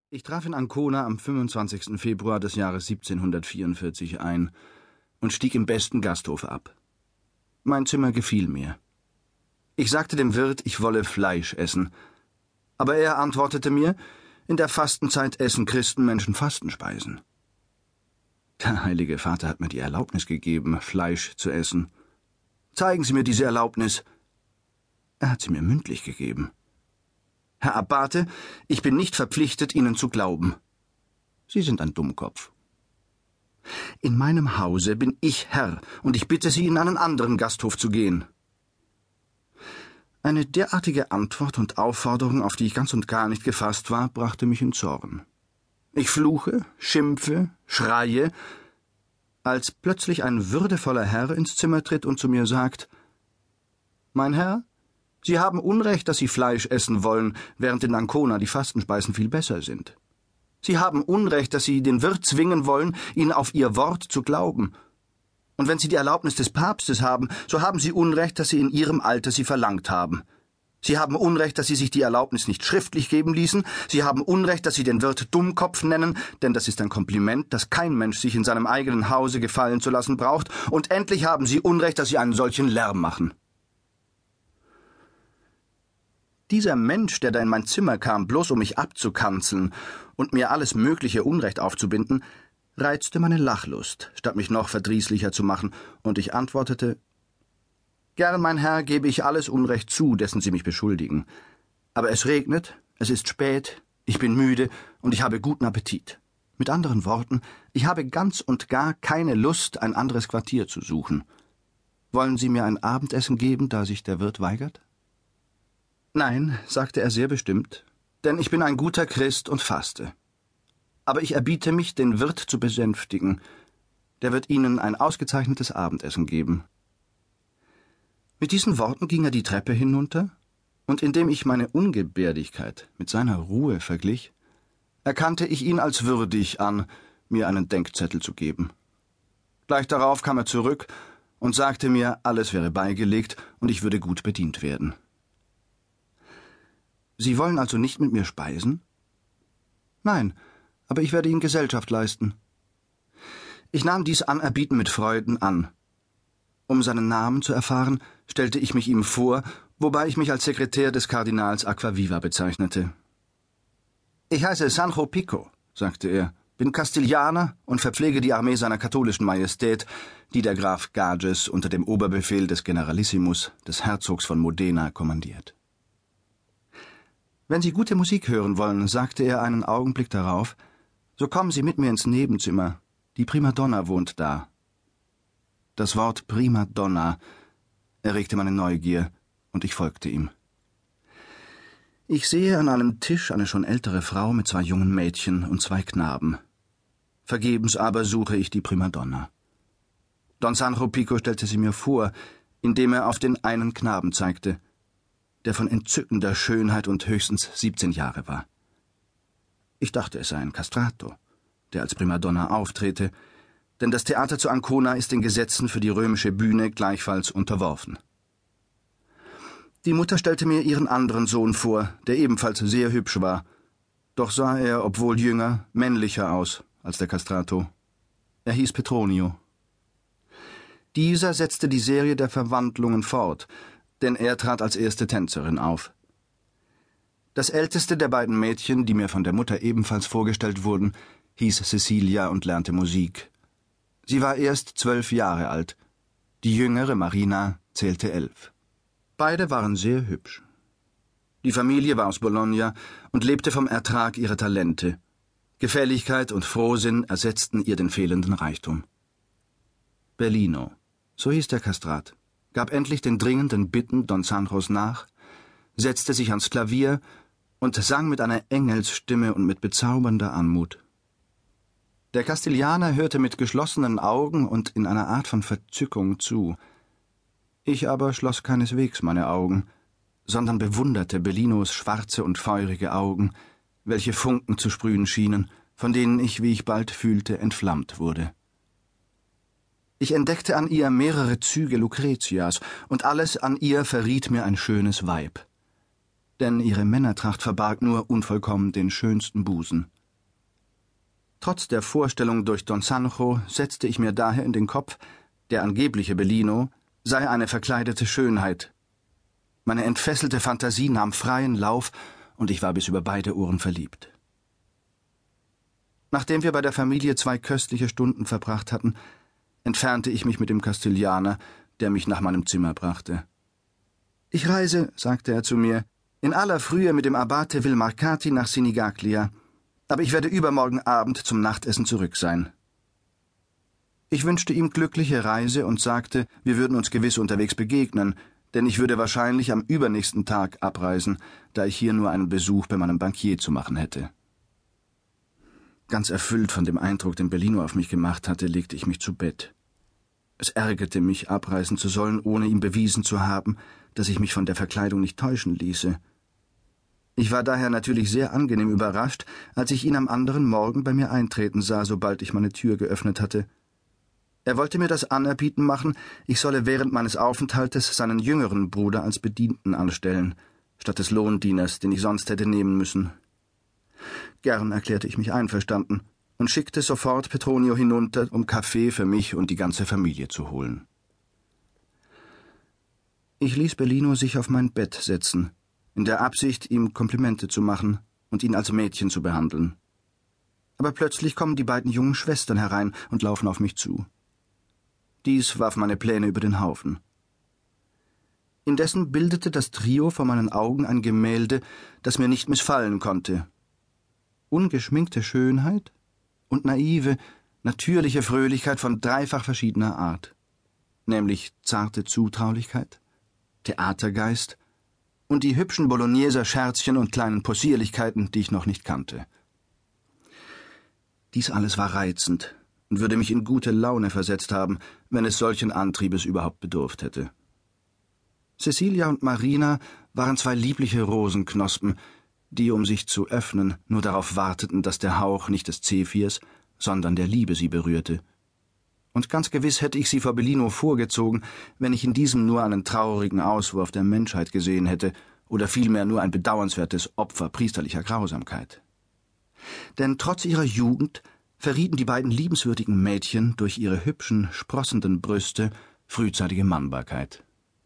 Ich traf in Ancona am 25. Februar des Jahres 1744 ein und stieg im besten Gasthof ab. Mein Zimmer gefiel mir. Ich sagte dem Wirt, ich wolle Fleisch essen, aber er antwortete mir, in der Fastenzeit essen Christenmenschen Fastenspeisen. Der Heilige Vater hat mir die Erlaubnis gegeben, Fleisch zu essen. Zeigen Sie mir diese Erlaubnis. Er hat sie mir mündlich gegeben. Herr Abbate, ich bin nicht verpflichtet, Ihnen zu glauben. Sie sind ein Dummkopf. In meinem Hause bin ich Herr, und ich bitte Sie, in einen anderen Gasthof zu gehen. Eine derartige Antwort und Aufforderung, auf die ich ganz und gar nicht gefasst war, brachte mich in Zorn. Ich fluche, schimpfe, schreie, als plötzlich ein würdevoller Herr ins Zimmer tritt und zu mir sagt: »Mein Herr, Sie haben Unrecht, dass Sie Fleisch essen wollen, während in Ancona die Fastenspeisen viel besser sind. Sie haben Unrecht, dass Sie den Wirt zwingen wollen, Ihnen auf Ihr Wort zu glauben. Und wenn Sie die Erlaubnis des Papstes haben, so haben Sie Unrecht, dass Sie in Ihrem Alter sie verlangt haben. Sie haben Unrecht, dass Sie sich die Erlaubnis nicht schriftlich geben ließen. Sie haben Unrecht, dass Sie den Wirt Dummkopf nennen, denn das ist ein Kompliment, das kein Mensch sich in seinem eigenen Hause gefallen zu lassen braucht. Und endlich haben Sie Unrecht, dass Sie einen solchen Lärm machen.« Dieser Mensch, der da in mein Zimmer kam, bloß um mich abzukanzeln und mir alles mögliche Unrecht aufzubinden, reizte meine Lachlust, statt mich noch verdrießlicher zu machen, und ich antwortete: »Gern, mein Herr, gebe ich alles Unrecht zu, dessen Sie mich beschuldigen. Aber es regnet, es ist spät, ich bin müde und ich habe guten Appetit. Mit anderen Worten, ich habe ganz und gar keine Lust, ein anderes Quartier zu suchen. Wollen Sie mir ein Abendessen geben, da sich der Wirt weigert?« »Nein«, sagte er sehr bestimmt, »denn ich bin ein guter Christ und faste. Aber ich erbiete mich, den Wirt zu besänftigen. Der wird Ihnen ein ausgezeichnetes Abendessen geben.« Mit diesen Worten ging er die Treppe hinunter, und indem ich meine Ungebärdigkeit mit seiner Ruhe verglich, erkannte ich ihn als würdig an, mir einen Denkzettel zu geben. Gleich darauf kam er zurück und sagte mir, alles wäre beigelegt und ich würde gut bedient werden. »Sie wollen also nicht mit mir speisen?« »Nein, aber ich werde Ihnen Gesellschaft leisten.« Ich nahm dies Anerbieten mit Freuden an. Um seinen Namen zu erfahren, stellte ich mich ihm vor, wobei ich mich als Sekretär des Kardinals Acquaviva bezeichnete. »Ich heiße Sancho Pico«, sagte er, »bin Kastilianer und verpflege die Armee seiner katholischen Majestät, die der Graf Gages unter dem Oberbefehl des Generalissimus, des Herzogs von Modena, kommandiert.« »Wenn Sie gute Musik hören wollen«, sagte er einen Augenblick darauf, »so kommen Sie mit mir ins Nebenzimmer. Die Primadonna wohnt da.« Das Wort Primadonna erregte meine Neugier, und ich folgte ihm. Ich sehe an einem Tisch eine schon ältere Frau mit 2 jungen Mädchen und 2 Knaben. Vergebens aber suche ich die Primadonna. Don Sancho Pico stellte sie mir vor, indem er auf den einen Knaben zeigte, der von entzückender Schönheit und höchstens 17 Jahre war. Ich dachte, es sei ein Castrato, der als Primadonna auftrete, denn das Theater zu Ancona ist den Gesetzen für die römische Bühne gleichfalls unterworfen. Die Mutter stellte mir ihren anderen Sohn vor, der ebenfalls sehr hübsch war, doch sah er, obwohl jünger, männlicher aus als der Castrato. Er hieß Petronio. Dieser setzte die Serie der Verwandlungen fort, denn er trat als erste Tänzerin auf. Das älteste der beiden Mädchen, die mir von der Mutter ebenfalls vorgestellt wurden, hieß Cecilia und lernte Musik. Sie war erst 12 Jahre alt. Die jüngere, Marina, zählte 11. Beide waren sehr hübsch. Die Familie war aus Bologna und lebte vom Ertrag ihrer Talente. Gefälligkeit und Frohsinn ersetzten ihr den fehlenden Reichtum. Bellino, so hieß der Kastrat, gab endlich den dringenden Bitten Don Sanchos nach, setzte sich ans Klavier und sang mit einer Engelsstimme und mit bezaubernder Anmut. Der Kastilianer hörte mit geschlossenen Augen und in einer Art von Verzückung zu. Ich aber schloss keineswegs meine Augen, sondern bewunderte Bellinos schwarze und feurige Augen, welche Funken zu sprühen schienen, von denen ich, wie ich bald fühlte, entflammt wurde. Ich entdeckte an ihr mehrere Züge Lucretias, und alles an ihr verriet mir ein schönes Weib. Denn ihre Männertracht verbarg nur unvollkommen den schönsten Busen. Trotz der Vorstellung durch Don Sancho setzte ich mir daher in den Kopf, der angebliche Bellino sei eine verkleidete Schönheit. Meine entfesselte Fantasie nahm freien Lauf, und ich war bis über beide Ohren verliebt. Nachdem wir bei der Familie 2 köstliche Stunden verbracht hatten, entfernte ich mich mit dem Kastilianer, der mich nach meinem Zimmer brachte. »Ich reise«, sagte er zu mir, »in aller Frühe mit dem Abate Vilmarcati nach Sinigaglia, aber ich werde übermorgen Abend zum Nachtessen zurück sein.« Ich wünschte ihm glückliche Reise und sagte, wir würden uns gewiss unterwegs begegnen, denn ich würde wahrscheinlich am übernächsten Tag abreisen, da ich hier nur einen Besuch bei meinem Bankier zu machen hätte. Ganz erfüllt von dem Eindruck, den Bellino auf mich gemacht hatte, legte ich mich zu Bett. Es ärgerte mich, abreisen zu sollen, ohne ihm bewiesen zu haben, dass ich mich von der Verkleidung nicht täuschen ließe. Ich war daher natürlich sehr angenehm überrascht, als ich ihn am anderen Morgen bei mir eintreten sah, sobald ich meine Tür geöffnet hatte. Er wollte mir das Anerbieten machen, ich solle während meines Aufenthaltes seinen jüngeren Bruder als Bedienten anstellen, statt des Lohndieners, den ich sonst hätte nehmen müssen. Gern erklärte ich mich einverstanden und schickte sofort Petronio hinunter, um Kaffee für mich und die ganze Familie zu holen. Ich ließ Bellino sich auf mein Bett setzen, in der Absicht, ihm Komplimente zu machen und ihn als Mädchen zu behandeln. Aber plötzlich kommen die beiden jungen Schwestern herein und laufen auf mich zu. Dies warf meine Pläne über den Haufen. Indessen bildete das Trio vor meinen Augen ein Gemälde, das mir nicht missfallen konnte. Ungeschminkte Schönheit und naive, natürliche Fröhlichkeit von dreifach verschiedener Art, nämlich zarte Zutraulichkeit, Theatergeist und die hübschen Bologneser Scherzchen und kleinen Possierlichkeiten, die ich noch nicht kannte. Dies alles war reizend und würde mich in gute Laune versetzt haben, wenn es solchen Antriebes überhaupt bedurft hätte. Cecilia und Marina waren 2 liebliche Rosenknospen, die, um sich zu öffnen, nur darauf warteten, dass der Hauch nicht des Zephyrs, sondern der Liebe sie berührte. Und ganz gewiss hätte ich sie vor Bellino vorgezogen, wenn ich in diesem nur einen traurigen Auswurf der Menschheit gesehen hätte, oder vielmehr nur ein bedauernswertes Opfer priesterlicher Grausamkeit. Denn trotz ihrer Jugend verrieten die beiden liebenswürdigen Mädchen durch ihre hübschen, sprossenden Brüste frühzeitige Mannbarkeit.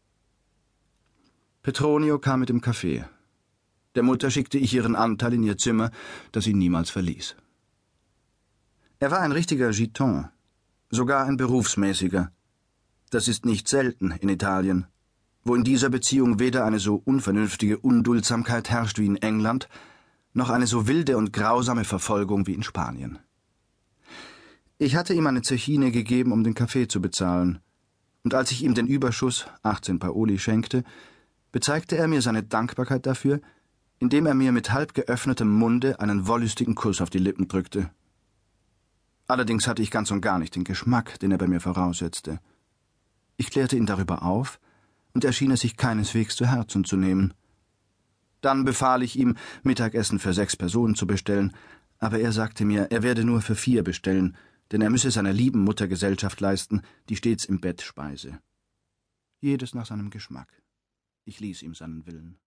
Petronio kam mit dem Kaffee. Der Mutter schickte ich ihren Anteil in ihr Zimmer, das sie niemals verließ. Er war ein richtiger Giton, sogar ein berufsmäßiger. Das ist nicht selten in Italien, wo in dieser Beziehung weder eine so unvernünftige Unduldsamkeit herrscht wie in England, noch eine so wilde und grausame Verfolgung wie in Spanien. Ich hatte ihm eine Zechine gegeben, um den Kaffee zu bezahlen, und als ich ihm den Überschuss, 18 Paoli, schenkte, bezeigte er mir seine Dankbarkeit dafür, indem er mir mit halb geöffnetem Munde einen wollüstigen Kuss auf die Lippen drückte. Allerdings hatte ich ganz und gar nicht den Geschmack, den er bei mir voraussetzte. Ich klärte ihn darüber auf, und er schien es sich keineswegs zu Herzen zu nehmen. Dann befahl ich ihm, Mittagessen für 6 Personen zu bestellen, aber er sagte mir, er werde nur für 4 bestellen, denn er müsse seiner lieben Mutter Gesellschaft leisten, die stets im Bett speise. Jedes nach seinem Geschmack. Ich ließ ihm seinen Willen.